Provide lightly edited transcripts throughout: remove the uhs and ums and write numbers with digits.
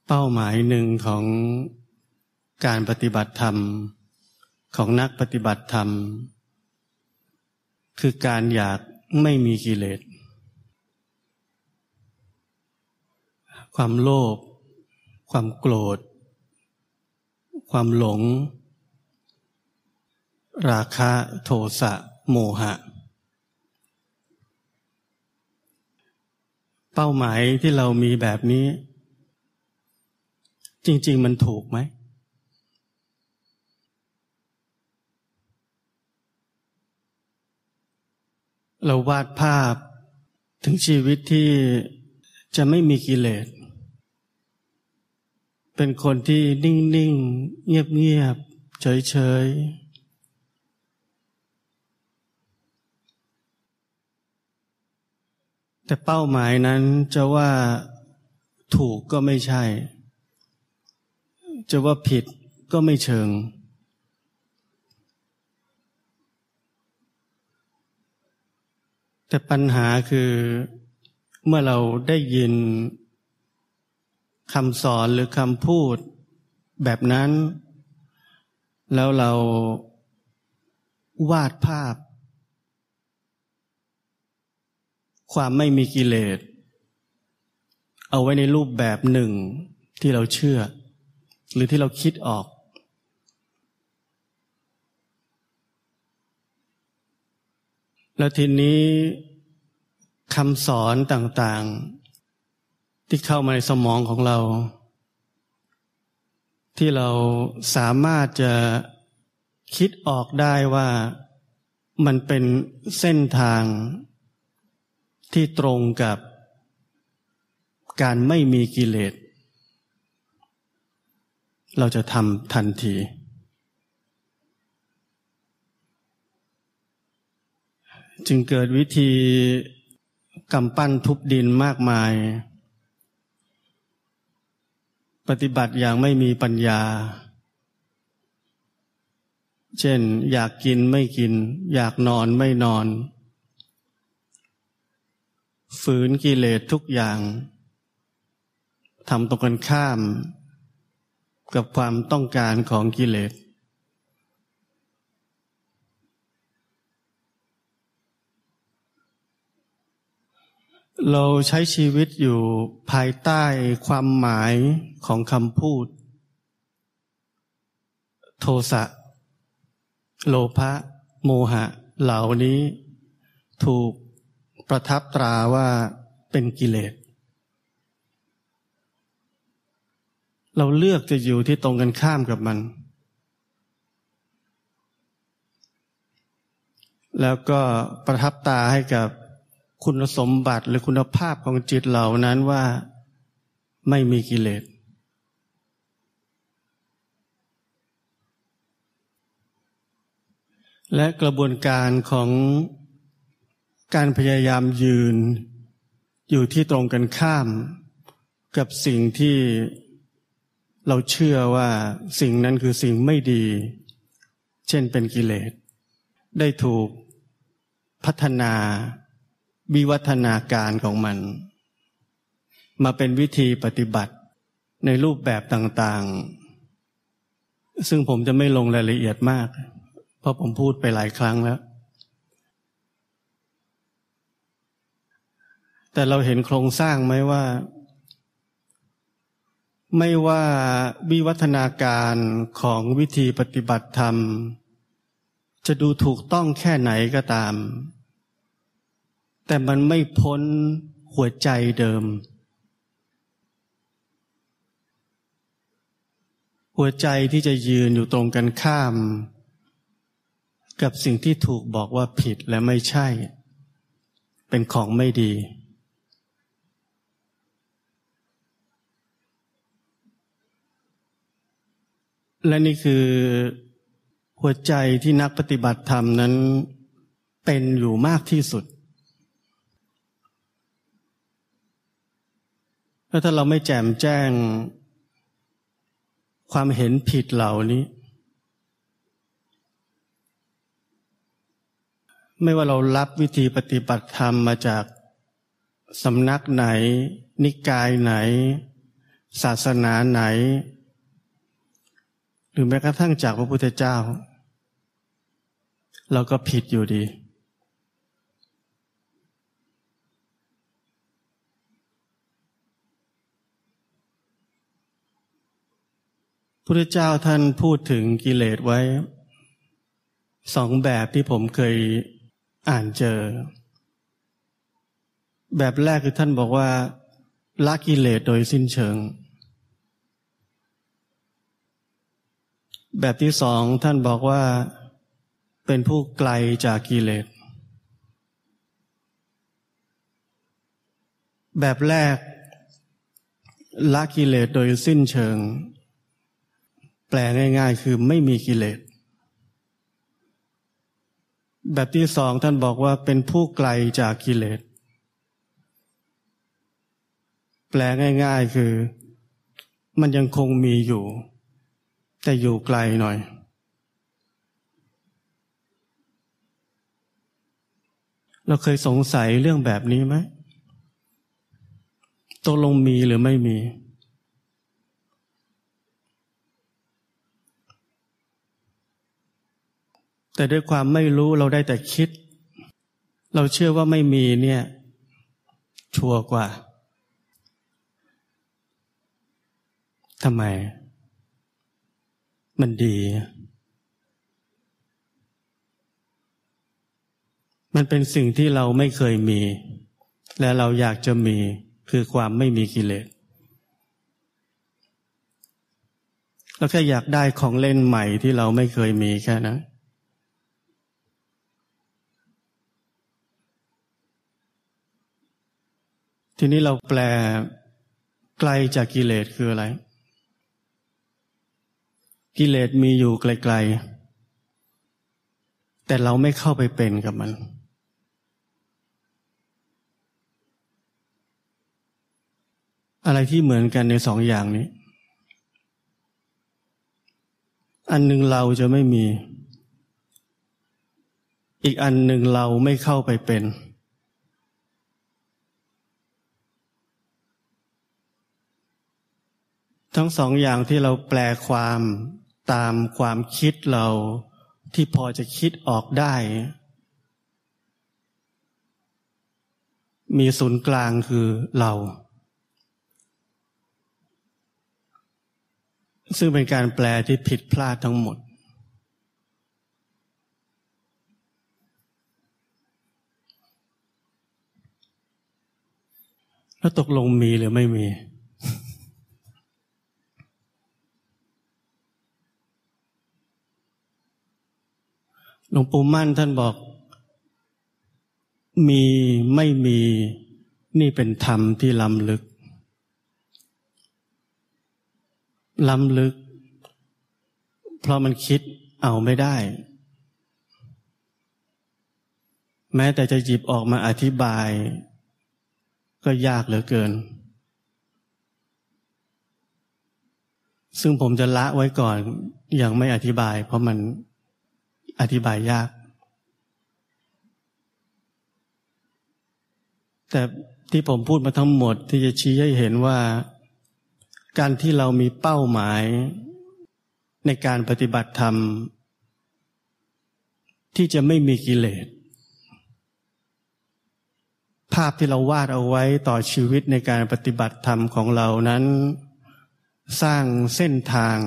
เป้าหมายหนึ่งของการปฏิบัติธรรมของนักปฏิบัติธรรมคือการอยากไม่มีกิเลสความโลภความโกรธความหลงราคะโทสะโมหะเป้าหมายที่เรามีแบบนี้จริงๆมันถูกไหมเราวาดภาพถึงชีวิตที่จะไม่มีกิเลสเป็นคนที่นิ่งๆเงียบๆเฉยๆแต่เป้าหมายนั้นจะว่าถูกก็ไม่ใช่จะว่าผิดก็ไม่เชิงแต่ปัญหาคือเมื่อเราได้ยินคำสอนหรือคำพูดแบบนั้นแล้วเราวาดภาพความไม่มีกิเลสเอาไว้ในรูปแบบหนึ่งที่เราเชื่อหรือที่เราคิดออกแล้วทีนี้คำสอนต่างๆที่เข้ามาในสมองของเราที่เราสามารถจะคิดออกได้ว่ามันเป็นเส้นทางที่ตรงกับการไม่มีกิเลสเราจะทำทันทีจึงเกิดวิธีกำปั้นทุบดินมากมายปฏิบัติอย่างไม่มีปัญญาเช่นอยากกินไม่กินอยากนอนไม่นอนฝืนกิเลสทุกอย่างทำตรงกันข้ามกับความต้องการของกิเลสเราใช้ชีวิตอยู่ภายใต้ความหมายของคำพูดโทสะโลภะโมหะเหล่านี้ถูกประทับตราว่าเป็นกิเลสเราเลือกจะอยู่ที่ตรงกันข้ามกับมันแล้วก็ประทับตาให้กับคุณสมบัติหรือคุณภาพของจิตเหล่านั้นว่าไม่มีกิเลสและกระบวนการของการพยายามยืนอยู่ที่ตรงกันข้ามกับสิ่งที่เราเชื่อว่าสิ่งนั้นคือสิ่งไม่ดีเช่นเป็นกิเลสได้ถูกพัฒนาวิวัฒนาการของมันมาเป็นวิธีปฏิบัติในรูปแบบต่างๆซึ่งผมจะไม่ลงรายละเอียดมากเพราะผมพูดไปหลายครั้งแล้วแต่เราเห็นโครงสร้างไหมว่าไม่ว่าวิวัฒนาการของวิธีปฏิบัติธรรมจะดูถูกต้องแค่ไหนก็ตามแต่มันไม่พ้นหัวใจเดิมหัวใจที่จะยืนอยู่ตรงกันข้ามกับสิ่งที่ถูกบอกว่าผิดและไม่ใช่เป็นของไม่ดีและนี่คือหัวใจที่นักปฏิบัติธรรมนั้นเป็นอยู่มากที่สุดแล้วถ้าเราไม่แจ่มแจ้งความเห็นผิดเหล่านี้ไม่ว่าเรารับวิธีปฏิบัติธรรมมาจากสำนักไหนนิกายไหนศาสนาไหนหรือแม้กระทั่งจากพระพุทธเจ้าเราก็ผิดอยู่ดีพุทธเจ้าท่านพูดถึงกิเลสไว้2แบบที่ผมเคยอ่านเจอแบบแรกคือท่านบอกว่าละกิเลสโดยสิ้นเชิงแบบที่2ท่านบอกว่าเป็นผู้ไกลจากกิเลสแบบแรกละกิเลสโดยสิ้นเชิงแปลง่ายๆคือไม่มีกิเลสแบบที่2ท่านบอกว่าเป็นผู้ไกลจากกิเลสแปลง่ายๆคือมันยังคงมีอยู่แต่อยู่ไกลหน่อยเราเคยสงสัยเรื่องแบบนี้ไหมตกลงมีหรือไม่มีแต่ด้วยความไม่รู้เราได้แต่คิดเราเชื่อว่าไม่มีเนี่ยชัวร์กว่าทำไมมันดีมันเป็นสิ่งที่เราไม่เคยมีและเราอยากจะมีคือความไม่มีกิเลสเราแค่อยากได้ของเล่นใหม่ที่เราไม่เคยมีแค่นั้นทีนี้เราแปลไกลจากกิเลสคืออะไรกิเลสมีอยู่ไกลๆแต่เราไม่เข้าไปเป็นกับมันอะไรที่เหมือนกันใน2อย่างนี้อันหนึ่งเราจะไม่มีอีกอันหนึ่งเราไม่เข้าไปเป็นทั้ง2อย่างที่เราแปลความตามความคิดเราที่พอจะคิดออกได้มีศูนย์กลางคือเราซึ่งเป็นการแปลที่ผิดพลาดทั้งหมดแล้วตกลงมีหรือไม่มีหลวงปู่มั่นท่านบอกมีไม่มีนี่เป็นธรรมที่ล้ำลึกเพราะมันคิดเอาไม่ได้แม้แต่จะหยิบออกมาอธิบายก็ยากเหลือเกินซึ่งผมจะละไว้ก่อนยังไม่อธิบายเพราะมันอธิบายยากแต่ที่ผมพูดมาทั้งหมดที่จะชี้ให้เห็นว่าการที่เรามีเป้าหมายในการปฏิบัติธรรมที่จะไม่มีกิเลสภาพที่เราวาดเอาไว้ต่อชีวิตในการปฏิบัติธรรมของเรานั้นสร้างเส้นทาง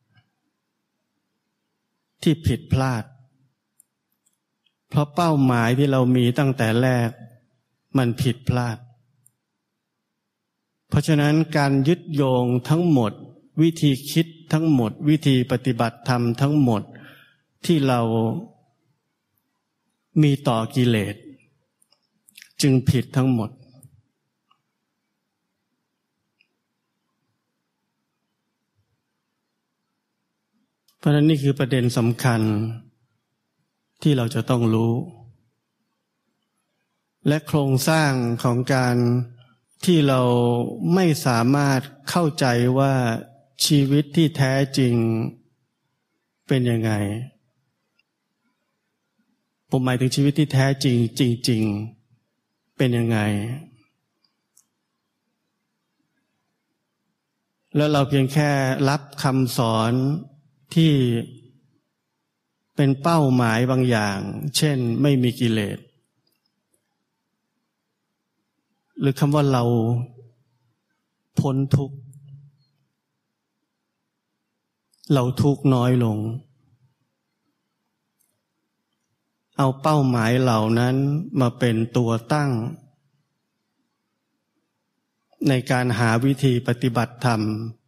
ที่ผิดพลาดเพราะเป้าหมายที่เรามีตั้งแต่แรกมันผิดพลาดเพราะฉะนั้นการยึดโยงทั้งหมดวิธีคิดทั้งหมดวิธีปฏิบัติธรรมทั้งหมดที่เรามีต่อกิเลสจึงผิดทั้งหมดเพราะฉะนั้นนี่คือประเด็นสำคัญที่เราจะต้องรู้และโครงสร้างของการที่เราไม่สามารถเข้าใจว่าชีวิตที่แท้จริงเป็นยังไงผมหมายถึงชีวิตที่แท้จริงจริงๆเป็นยังไงแล้วเราเพียงแค่รับคำสอนที่เป็นเป้าหมายบางอย่างเช่นไม่มีกิเลสหรือคำว่าเราพ้นทุกข์เราทุกข์น้อยลงเอาเป้าหมายเหล่านั้นมาเป็นตัวตั้งในการหาวิธีปฏิบัติธรรม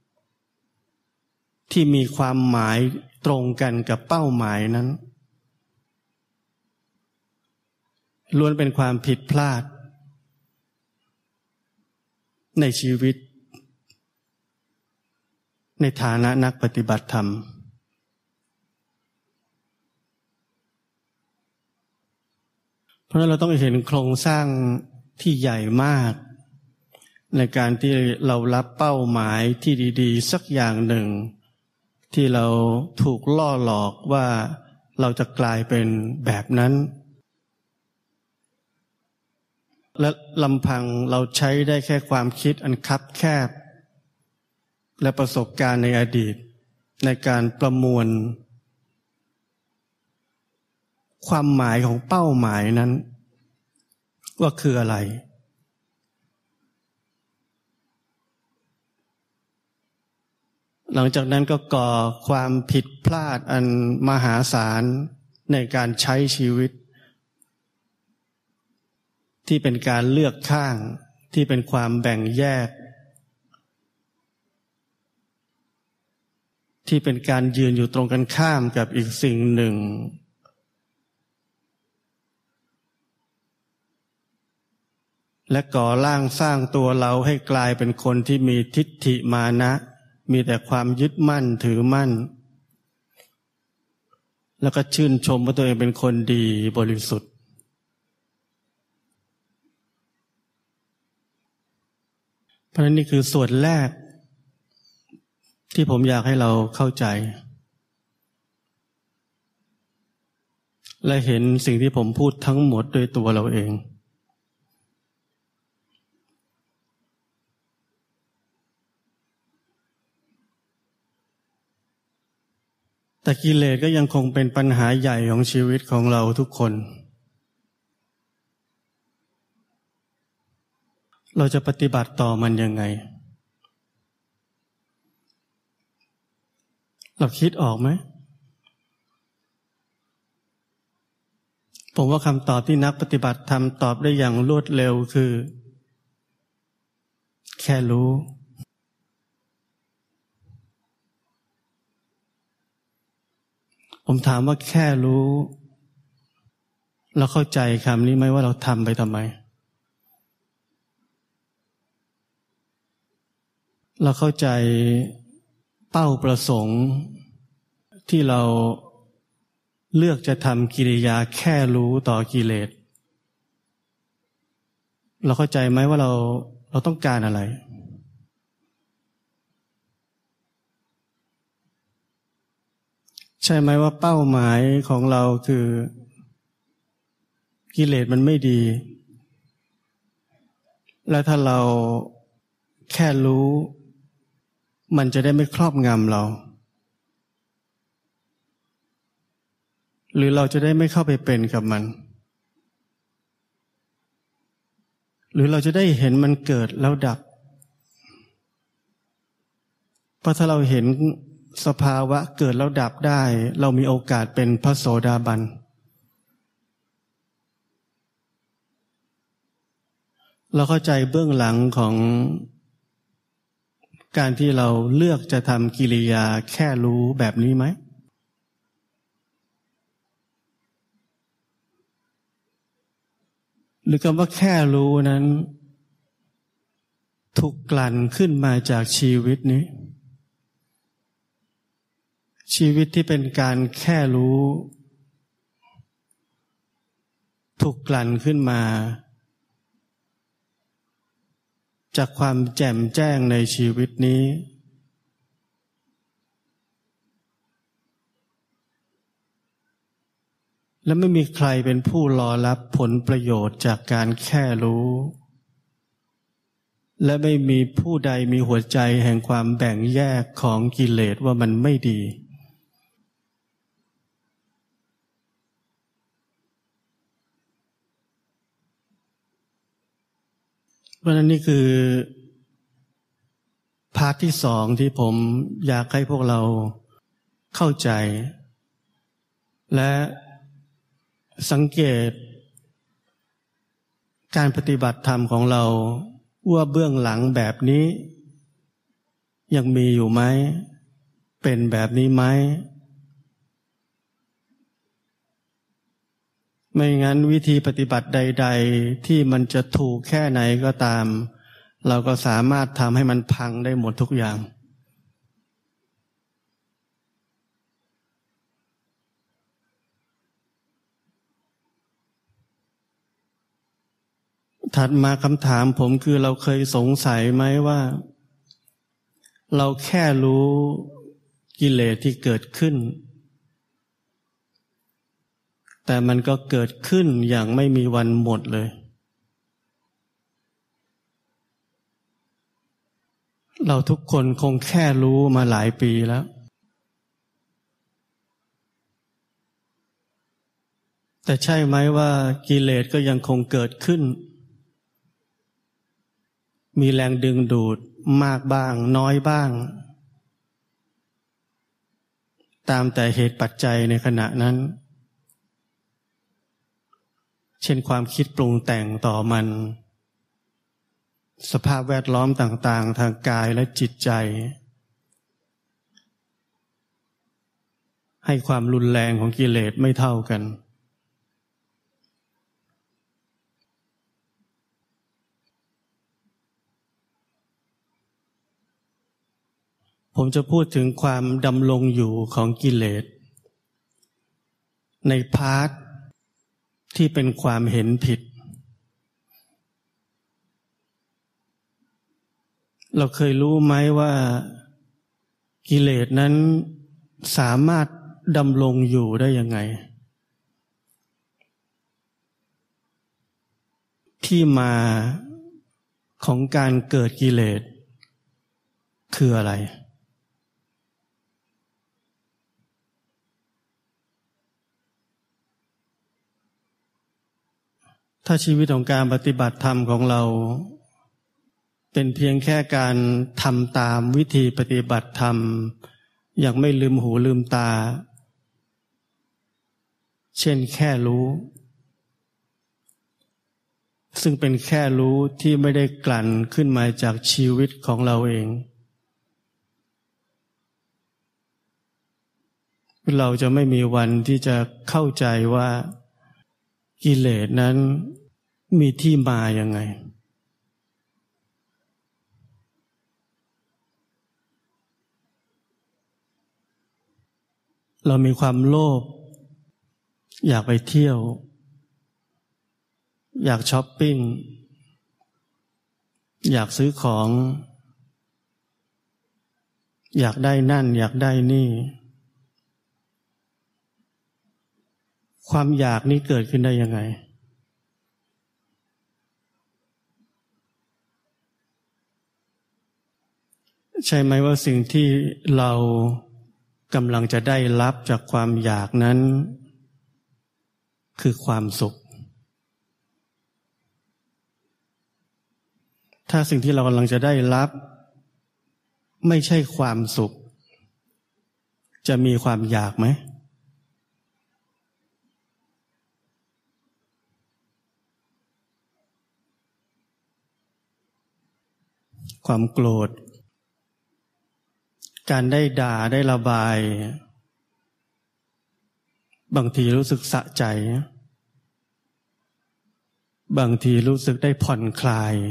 ที่มีความหมายตรงกันกับเป้าหมายนั้นล้วนเป็นความผิดพลาดในชีวิตในฐานะนักปฏิบัติธรรมเพราะฉะนั้นเราต้องเห็นโครงสร้างที่ใหญ่มากในการที่เรารับเป้าหมายที่ดีๆสักอย่างหนึ่งที่เราถูกล่อหลอกว่าเราจะกลายเป็นแบบนั้นและลำพังเราใช้ได้แค่ความคิดอันคับแคบและประสบการณ์ในอดีตในการประมวลความหมายของเป้าหมายนั้นว่าคืออะไรหลังจากนั้นก็ก่อความผิดพลาดอันมหาศาลในการใช้ชีวิตที่เป็นการเลือกข้างที่เป็นความแบ่งแยกที่เป็นการยืนอยู่ตรงกันข้ามกับอีกสิ่งหนึ่งและก่อร่างสร้างตัวเราให้กลายเป็นคนที่มีทิฏฐิมานะมีแต่ความยึดมั่นถือมั่นแล้วก็ชื่นชมว่าตัวเองเป็นคนดีบริสุทธิ์เพราะฉะนั้นนี่คือส่วนแรกที่ผมอยากให้เราเข้าใจและเห็นสิ่งที่ผมพูดทั้งหมดด้วยตัวเราเองแต่กิเลสก็ยังคงเป็นปัญหาใหญ่ของชีวิตของเราทุกคนเราจะปฏิบัติต่อมันยังไงเราคิดออกไหมผมว่าคำตอบที่นักปฏิบัติธรรมตอบได้อย่างรวดเร็วคือแค่รู้ผมถามว่าแค่รู้เราเข้าใจคำนี้ไหมว่าเราทำไปทำไมเราเข้าใจเป้าประสงค์ที่เราเลือกจะทำกิริยาแค่รู้ต่อกิเลสเราเข้าใจไหมว่าเราต้องการอะไรใช่ไหมว่าเป้าหมายของเราคือกิเลสมันไม่ดีและถ้าเราแค่รู้มันจะได้ไม่ครอบงำเราหรือเราจะได้ไม่เข้าไปเป็นกับมันหรือเราจะได้เห็นมันเกิดแล้วดับเพราะถ้าเราเห็นสภาวะเกิดแล้วดับได้เรามีโอกาสเป็นพระโสดาบันเราเข้าใจเบื้องหลังของการที่เราเลือกจะทำกิริยาแค่รู้แบบนี้ไหมหรือคำว่าแค่รู้นั้นถูกกลั่นขึ้นมาจากชีวิตนี้ชีวิตที่เป็นการแค่รู้ถูกกลั่นขึ้นมาจากความแจ่มแจ้งในชีวิตนี้และไม่มีใครเป็นผู้รอรับผลประโยชน์จากการแค่รู้และไม่มีผู้ใดมีหัวใจแห่งความแบ่งแยกของกิเลสว่ามันไม่ดีเพราะฉะนั้นนี่คือพาร์ทที่สองที่ผมอยากให้พวกเราเข้าใจและสังเกตการปฏิบัติธรรมของเราว่าเบื้องหลังแบบนี้ยังมีอยู่ไหมเป็นแบบนี้ไหมไม่งั้นวิธีปฏิบัติใดๆที่มันจะถูกแค่ไหนก็ตามเราก็สามารถทำให้มันพังได้หมดทุกอย่างถัดมาคำถามผมคือเราเคยสงสัยไหมว่าเราแค่รู้กิเลสที่เกิดขึ้นแต่มันก็เกิดขึ้นอย่างไม่มีวันหมดเลยเราทุกคนคงแค่รู้มาหลายปีแล้วแต่ใช่ไหมว่ากิเลสก็ยังคงเกิดขึ้นมีแรงดึงดูดมากบ้างน้อยบ้างตามแต่เหตุปัจจัยในขณะนั้นเช่นความคิดปรุงแต่งต่อมันสภาพแวดล้อมต่างๆทางกายและจิตใจให้ความรุนแรงของกิเลสไม่เท่ากันผมจะพูดถึงความดำรงอยู่ของกิเลสในพาร์ทที่เป็นความเห็นผิดเราเคยรู้ไหมว่ากิเลสนั้นสามารถดำรงอยู่ได้ยังไงที่มาของการเกิดกิเลสคืออะไรถ้าชีวิตของการปฏิบัติธรรมของเราเป็นเพียงแค่การทำตามวิธีปฏิบัติธรรมอย่างไม่ลืมหูลืมตาเช่นแค่รู้ซึ่งเป็นแค่รู้ที่ไม่ได้กลั่นขึ้นมาจากชีวิตของเราเองเราจะไม่มีวันที่จะเข้าใจว่ากิเลสนั้นมีที่มายังไงเรามีความโลภอยากไปเที่ยวอยากช้อปปิ้งอยากซื้อของอยากได้นั่นอยากได้นี่ความอยากนี้เกิดขึ้นได้ยังไงใช่ไหมว่าสิ่งที่เรากำลังจะได้รับจากความอยากนั้นคือความสุขถ้าสิ่งที่เรากำลังจะได้รับไม่ใช่ความสุขจะมีความอยากไหมความโกรธการได้ด่าได้ระบายบางทีรู้สึกสะใจบางทีรู้สึกได้ผ่อนคลาย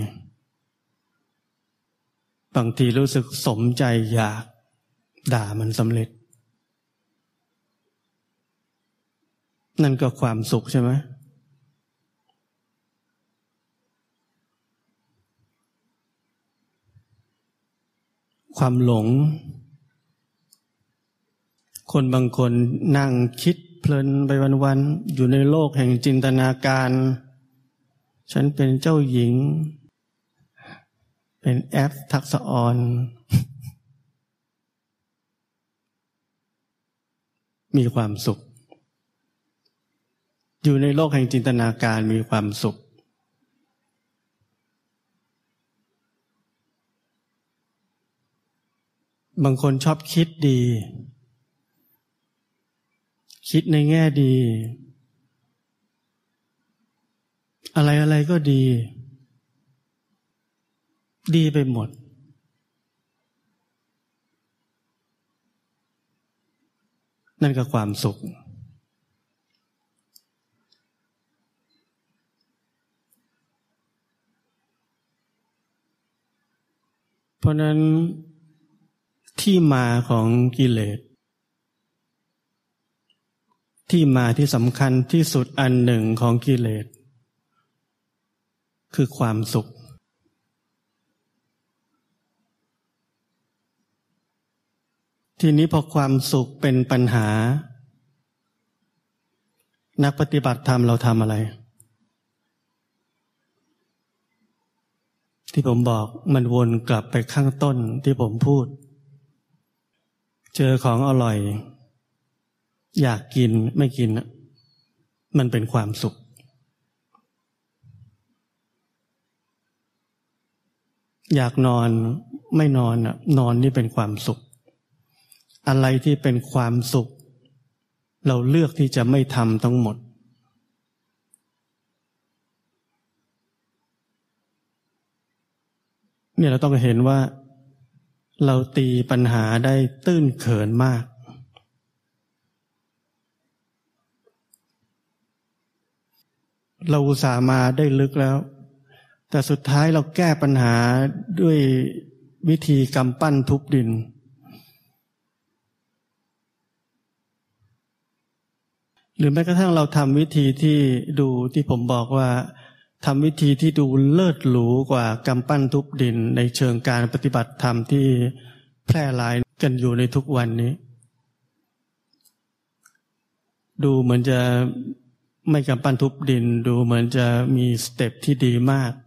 บางทีรู้สึกสมใจอยากด่ามันสำเร็จนั่นก็ความสุขใช่ไหมความหลงคนบางคนนั่งคิดเพลินไปวันๆอยู่ในโลกแห่งจินตนาการฉันเป็นเจ้าหญิงไปเป็นแอปทักษะออนมีความสุขอยู่ในโลกแห่งจินตนาการมีความสุขบางคนชอบคิดดีคิดในแง่ดีอะไรก็ดีดีไปหมดนั่นก็ความสุขเพราะนั้นที่มาของกิเลสที่มาที่สำคัญที่สุดอันหนึ่งของกิเลสคือความสุขทีนี้พอความสุขเป็นปัญหานักปฏิบัติธรรมเราทำอะไรที่ผมบอกมันวนกลับไปข้างต้นที่ผมพูดเจอของอร่อยอยากกินไม่กินมันเป็นความสุขอยากนอนไม่นอนนอนนี่เป็นความสุขอะไรที่เป็นความสุขเราเลือกที่จะไม่ทำทั้งหมดเนี่ยเราต้องเห็นว่าเราตีปัญหาได้ตื้นเขินมากเราอุตส่าห์มาได้ลึกแล้วแต่สุดท้ายเราแก้ปัญหาด้วยวิธีกำปั้นทุบดินหรือแม้กระทั่งเราทำวิธีที่ดูที่ผมบอกว่าทำวิธีที่ดูเลิศหรูกว่ากำปั้นทุบดินในเชิงการปฏิบัติธรรมที่แพร่หลายกันอยู่ในทุกวันนี้ดูเหมือนจะไม่กำปั้นทุบดินดูเหมือนจะมีสเต็ปที่ดีมาก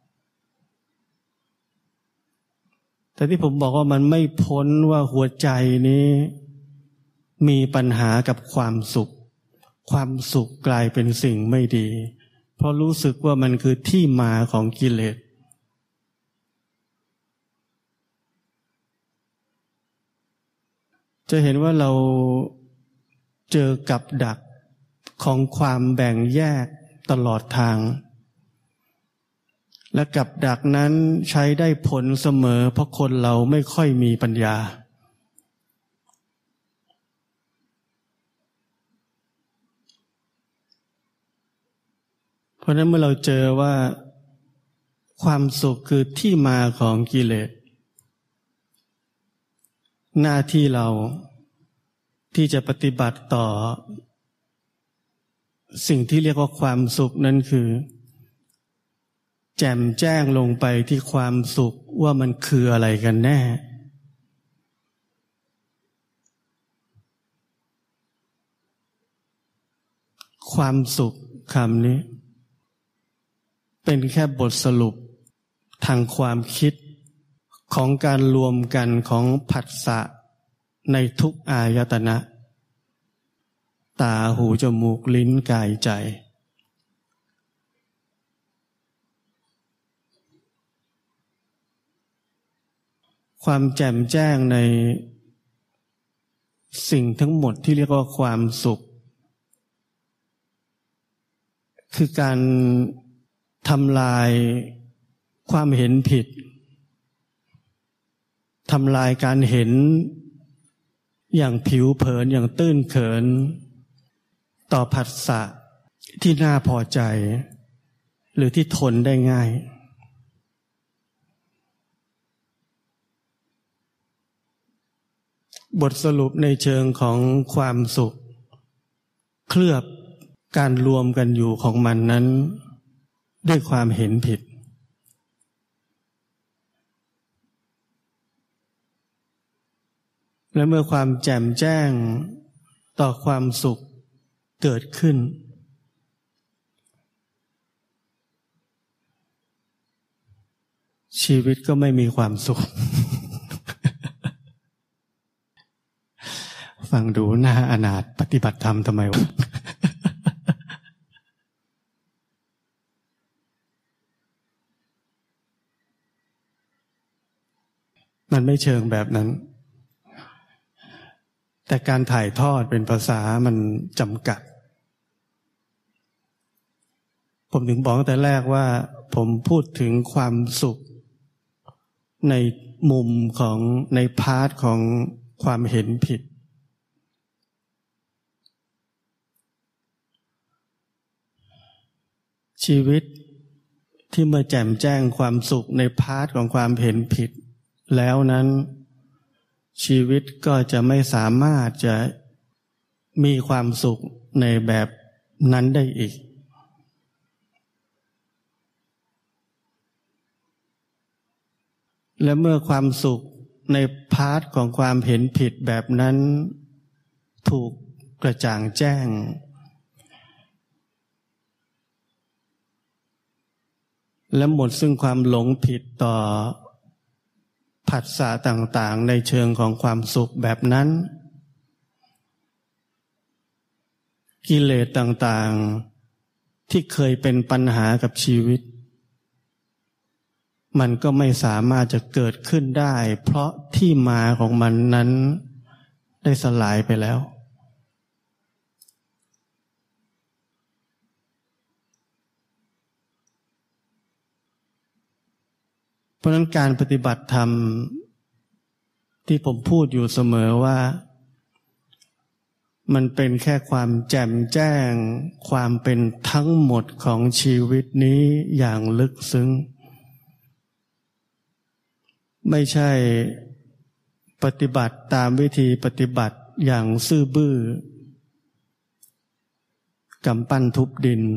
แต่ที่ผมบอกว่ามันไม่พ้นว่าหัวใจนี้มีปัญหากับความสุขความสุขกลายเป็นสิ่งไม่ดีเพราะรู้สึกว่ามันคือที่มาของกิเลสจะเห็นว่าเราเจอกับดักของความแบ่งแยกตลอดทางและกับดักนั้นใช้ได้ผลเสมอเพราะคนเราไม่ค่อยมีปัญญาเพราะนั้นเมื่อเราเจอว่าความสุขคือที่มาของกิเลสหน้าที่เราที่จะปฏิบัติต่อสิ่งที่เรียกว่าความสุขนั้นคือแจ่มแจ้งลงไปที่ความสุขว่ามันคืออะไรกันแน่ความสุขคำนี้เป็นแค่บทสรุปทางความคิดของการรวมกันของผัสสะในทุกอายตนะตาหูจมูกลิ้นกายใจความแจ่มแจ้งในสิ่งทั้งหมดที่เรียกว่าความสุขคือการทำลายความเห็นผิดทำลายการเห็นอย่างผิวเผินอย่างตื้นเขินต่อผัสสะที่น่าพอใจหรือที่ทนได้ง่ายบทสรุปในเชิงของความสุขเคลือบการรวมกันอยู่ของมันนั้นด้วยความเห็นผิดและเมื่อความแจ่มแจ้งต่อความสุขเกิดขึ้นชชีวิตก็ไม่มีความสุข ฟังดูน่าอนาถปฏิบัติธรรมทำไมวะ มันไม่เชิงแบบนั้นแต่การถ่ายทอดเป็นภาษามันจำกัดผมถึงบอกตั้งแต่แรกว่าผมพูดถึงความสุขในมุมของในพาร์ทของความเห็นผิดชีวิตที่เมื่อแจ่มแจ้งความสุขในพาร์ทของความเห็นผิดแล้วนั้นชีวิตก็จะไม่สามารถจะมีความสุขในแบบนั้นได้อีกและเมื่อความสุขในพาร์ทของความเห็นผิดแบบนั้นถูกกระจ่างแจ้งและหมดซึ่งความหลงผิดต่อผัสสะต่างๆในเชิงของความสุขแบบนั้นกิเลสต่างๆที่เคยเป็นปัญหากับชีวิตมันก็ไม่สามารถจะเกิดขึ้นได้เพราะที่มาของมันนั้นได้สลายไปแล้วเพราะฉะนั้นการปฏิบัติธรรมที่ผมพูดอยู่เสมอว่ามันเป็นแค่ความแจ่มแจ้งความเป็นทั้งหมดของชีวิตนี้อย่างลึกซึ้งไม่ใช่ปฏิบัติตามวิธีปฏิบัติอย่างซื่อบื้อกำปั้นทุบดิน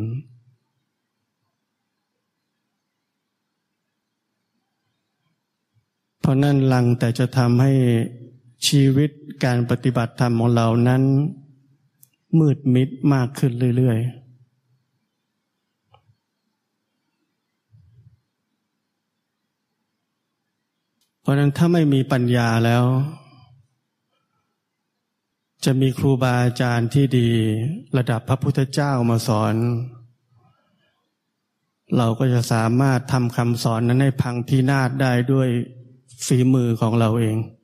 เพราะนั่นลังแต่จะทำให้ชีวิตการปฏิบัติธรรมของเรานั้นมืดมิดมากขึ้นเรื่อยๆเพราะนั้นถ้าไม่มีปัญญาแล้วจะมีครูบาอาจารย์ที่ดีระดับพระพุทธเจ้ามาสอนเราก็จะสามารถทำคำสอนนั้นให้พังพินาศได้ด้วยฝีมือของเราเอง